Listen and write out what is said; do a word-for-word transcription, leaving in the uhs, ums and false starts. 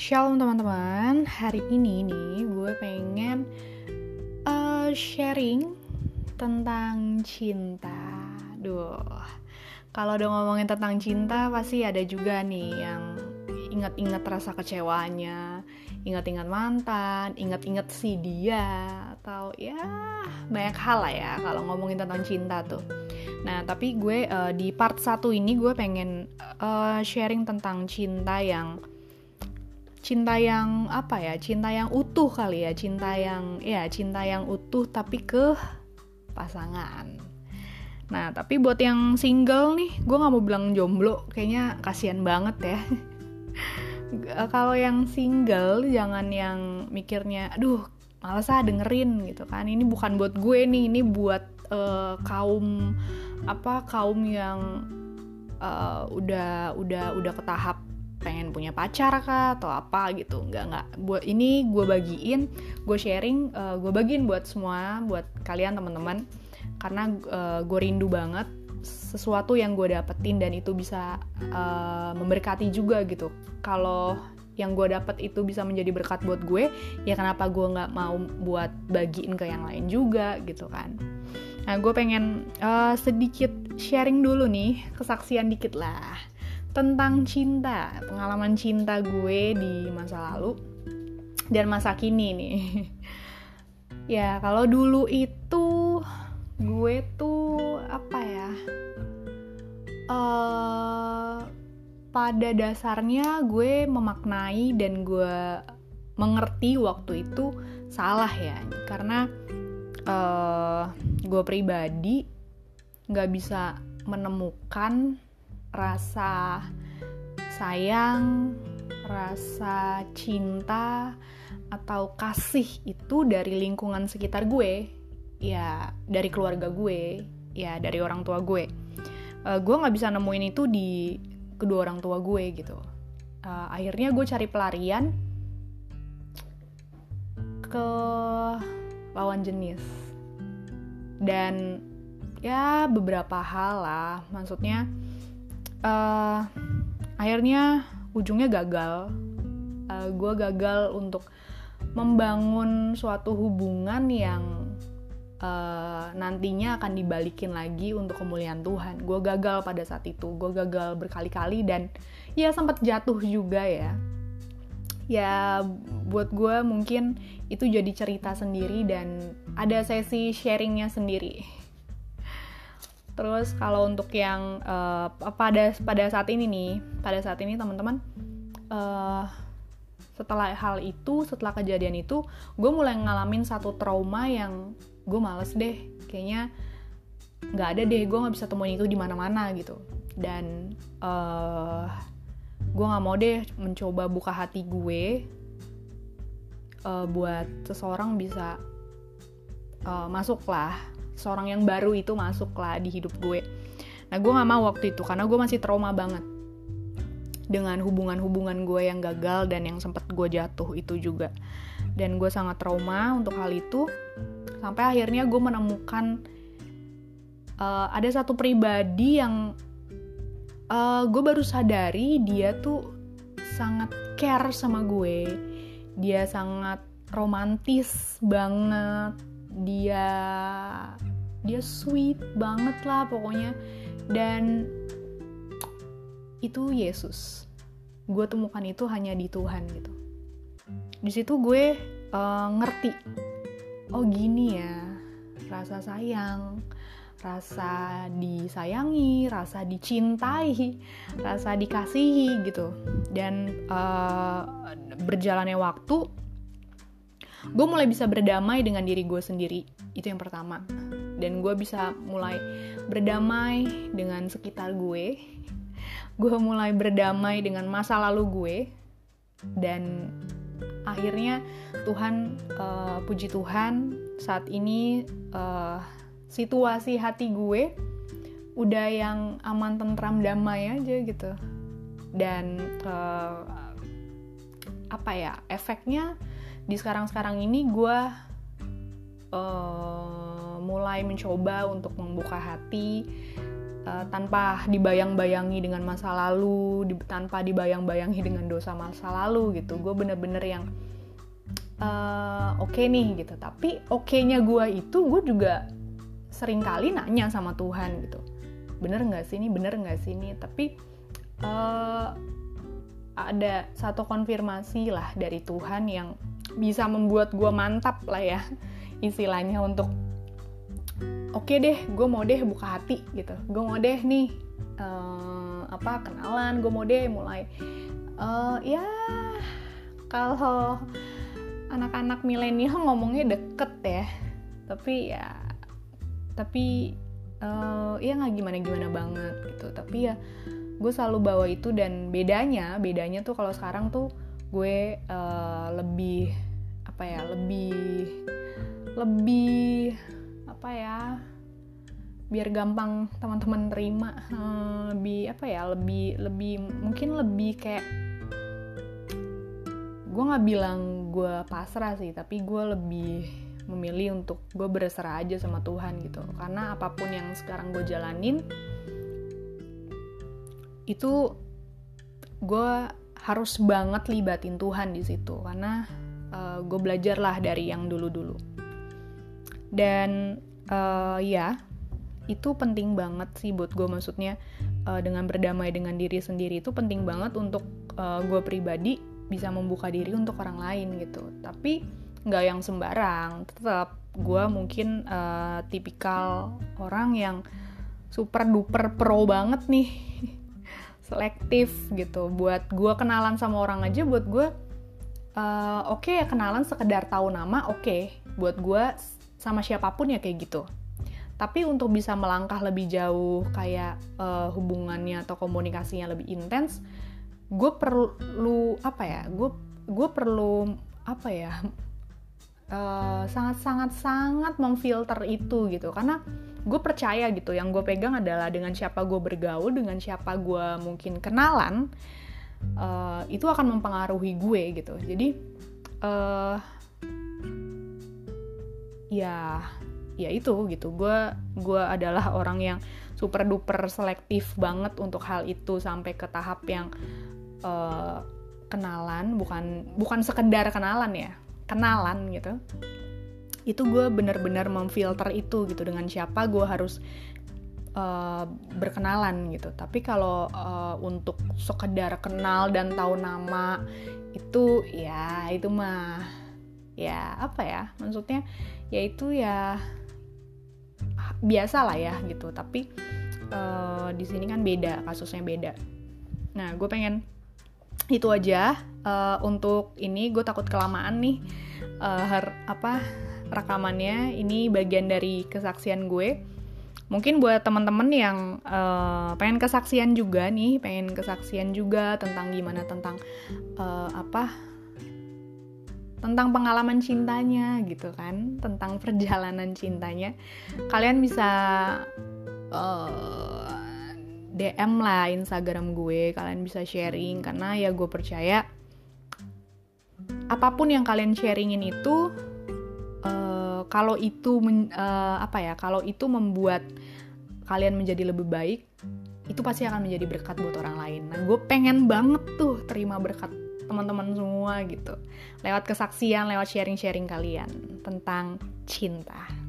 Shalom teman-teman, hari ini nih gue pengen uh, sharing tentang cinta. Duh, kalau udah ngomongin tentang cinta pasti ada juga nih yang ingat-ingat rasa kecewanya, ingat-ingat mantan, ingat-ingat si dia, atau ya banyak hal lah ya kalau ngomongin tentang cinta tuh. Nah, tapi gue uh, di part satu ini gue pengen uh, sharing tentang cinta yang cinta yang apa ya, cinta yang utuh kali ya, cinta yang ya cinta yang utuh tapi ke pasangan. Nah, tapi buat yang single nih, gue nggak mau bilang jomblo, kayaknya kasihan banget ya. Kalau yang single, jangan yang mikirnya, aduh, malas ah dengerin gitu kan. Ini bukan buat gue nih, ini buat uh, kaum apa kaum yang uh, udah udah udah ke tahap pengen punya pacar kah atau apa gitu. Nggak nggak buat ini gue bagiin, gue sharing, uh, gue bagiin buat semua, buat kalian teman-teman, karena uh, gue rindu banget sesuatu yang gue dapetin dan itu bisa uh, memberkati juga gitu. Kalau yang gue dapet itu bisa menjadi berkat buat gue, ya kenapa gue nggak mau buat bagiin ke yang lain juga gitu kan. Nah, gue pengen uh, sedikit sharing dulu nih, kesaksian dikit lah tentang cinta, pengalaman cinta gue di masa lalu dan masa kini nih. Ya, kalau dulu itu gue tuh apa ya? Uh, pada dasarnya gue memaknai dan gue mengerti waktu itu salah ya, karena uh, gue pribadi nggak bisa menemukan rasa sayang, rasa cinta, atau kasih itu dari lingkungan sekitar gue, ya dari keluarga gue, ya dari orang tua gue. Uh, gue nggak bisa nemuin itu di kedua orang tua gue gitu. Uh, akhirnya gue cari pelarian ke lawan jenis, dan ya beberapa hal lah, maksudnya Uh, akhirnya ujungnya gagal. uh, Gue gagal untuk membangun suatu hubungan yang uh, nantinya akan dibalikin lagi untuk kemuliaan Tuhan. Gue gagal pada saat itu. Gue gagal berkali-kali dan ya sempat jatuh juga ya. Ya buat gue mungkin itu jadi cerita sendiri dan ada sesi sharingnya sendiri. Terus kalau untuk yang uh, pada pada saat ini nih, pada saat ini teman-teman, uh, setelah hal itu, setelah kejadian itu, gue mulai ngalamin satu trauma yang gue males deh, kayaknya nggak ada deh, gue nggak bisa temuin itu di mana-mana gitu. Dan uh, gue nggak mau deh mencoba buka hati gue uh, buat seseorang bisa uh, masuk lah. Seorang yang baru itu masuk lah di hidup gue. Nah, gue gak mau waktu itu karena gue masih trauma banget dengan hubungan-hubungan gue yang gagal dan yang sempat gue jatuh itu juga. Dan gue sangat trauma untuk hal itu, sampai akhirnya gue menemukan uh, ada satu pribadi yang uh, gue baru sadari dia tuh sangat care sama gue. Dia sangat romantis banget. Dia dia sweet banget lah pokoknya, dan itu Yesus. Gue temukan itu hanya di Tuhan gitu. Di situ gue uh, ngerti, oh gini ya rasa sayang, rasa disayangi, rasa dicintai, rasa dikasihi gitu. Dan uh, berjalannya waktu, gue mulai bisa berdamai dengan diri gue sendiri. Itu yang pertama. Dan gue bisa mulai berdamai dengan sekitar gue. Gue mulai berdamai dengan masa lalu gue. Dan akhirnya Tuhan, uh, puji Tuhan, saat ini uh, situasi hati gue udah yang aman, tentram, damai aja gitu. Dan uh, apa ya, efeknya di sekarang-sekarang ini gue uh, mulai mencoba untuk membuka hati, uh, tanpa dibayang-bayangi dengan masa lalu, di, tanpa dibayang-bayangi dengan dosa masa lalu gitu. Gue bener-bener yang uh, oke okay nih gitu. Tapi oke-nya gue itu gue juga sering kali nanya sama Tuhan gitu, bener nggak sih ini, bener nggak sih ini. Tapi uh, ada satu konfirmasi lah dari Tuhan yang bisa membuat gue mantap lah ya istilahnya untuk oke okay deh, gue mau deh buka hati gitu, gue mau deh nih uh, apa kenalan, gue mau deh mulai uh, ya kalau anak-anak milenial ngomongnya deket ya, tapi ya tapi uh, ya nggak gimana-gimana banget gitu. Tapi ya gue selalu bawa itu, dan bedanya bedanya tuh kalau sekarang tuh gue uh, lebih apa ya lebih lebih apa ya biar gampang teman-teman terima, uh, lebih apa ya lebih lebih mungkin lebih kayak gue nggak bilang gue pasrah sih, tapi gue lebih memilih untuk gue berserah aja sama Tuhan gitu. Karena apapun yang sekarang gue jalanin itu gue harus banget libatin Tuhan di situ, karena uh, gue belajar lah dari yang dulu-dulu. Dan uh, ya itu penting banget sih buat gue, maksudnya uh, dengan berdamai dengan diri sendiri itu penting banget untuk uh, gue pribadi bisa membuka diri untuk orang lain gitu. Tapi nggak yang sembarang, tetap gue mungkin uh, tipikal orang yang super duper pro banget nih selektif gitu. Buat gue kenalan sama orang aja, buat gue uh, oke okay, ya kenalan sekedar tahu nama, oke okay. Buat gue sama siapapun ya kayak gitu. Tapi untuk bisa melangkah lebih jauh kayak uh, hubungannya atau komunikasinya lebih intens, gue perlu apa ya gue gue perlu apa ya Uh, sangat-sangat-sangat memfilter itu gitu, karena gue percaya gitu yang gue pegang adalah dengan siapa gue bergaul, dengan siapa gue mungkin kenalan, uh, itu akan mempengaruhi gue gitu. Jadi uh, ya ya itu gitu, gue gue adalah orang yang super duper selektif banget untuk hal itu, sampai ke tahap yang uh, kenalan bukan bukan sekedar kenalan ya kenalan gitu, itu gue benar-benar memfilter itu gitu, dengan siapa gue harus uh, berkenalan gitu. Tapi kalau uh, untuk sekedar kenal dan tahu nama itu ya itu mah ya apa ya maksudnya ya itu ya biasa lah ya gitu. Tapi uh, di sini kan beda, kasusnya beda. Nah gue pengen itu aja uh, untuk ini. Gue takut kelamaan nih uh, her, apa rekamannya. Ini bagian dari kesaksian gue. Mungkin buat teman-teman yang uh, pengen kesaksian juga nih, pengen kesaksian juga tentang gimana tentang uh, apa tentang pengalaman cintanya gitu kan, tentang perjalanan cintanya, kalian bisa uh, D M lah Instagram gue, kalian bisa sharing, karena ya gue percaya apapun yang kalian sharingin itu uh, kalau itu men, uh, apa ya kalau itu membuat kalian menjadi lebih baik, itu pasti akan menjadi berkat buat orang lain. Nah gue pengen banget tuh terima berkat teman-teman semua gitu lewat kesaksian, lewat sharing-sharing kalian tentang cinta.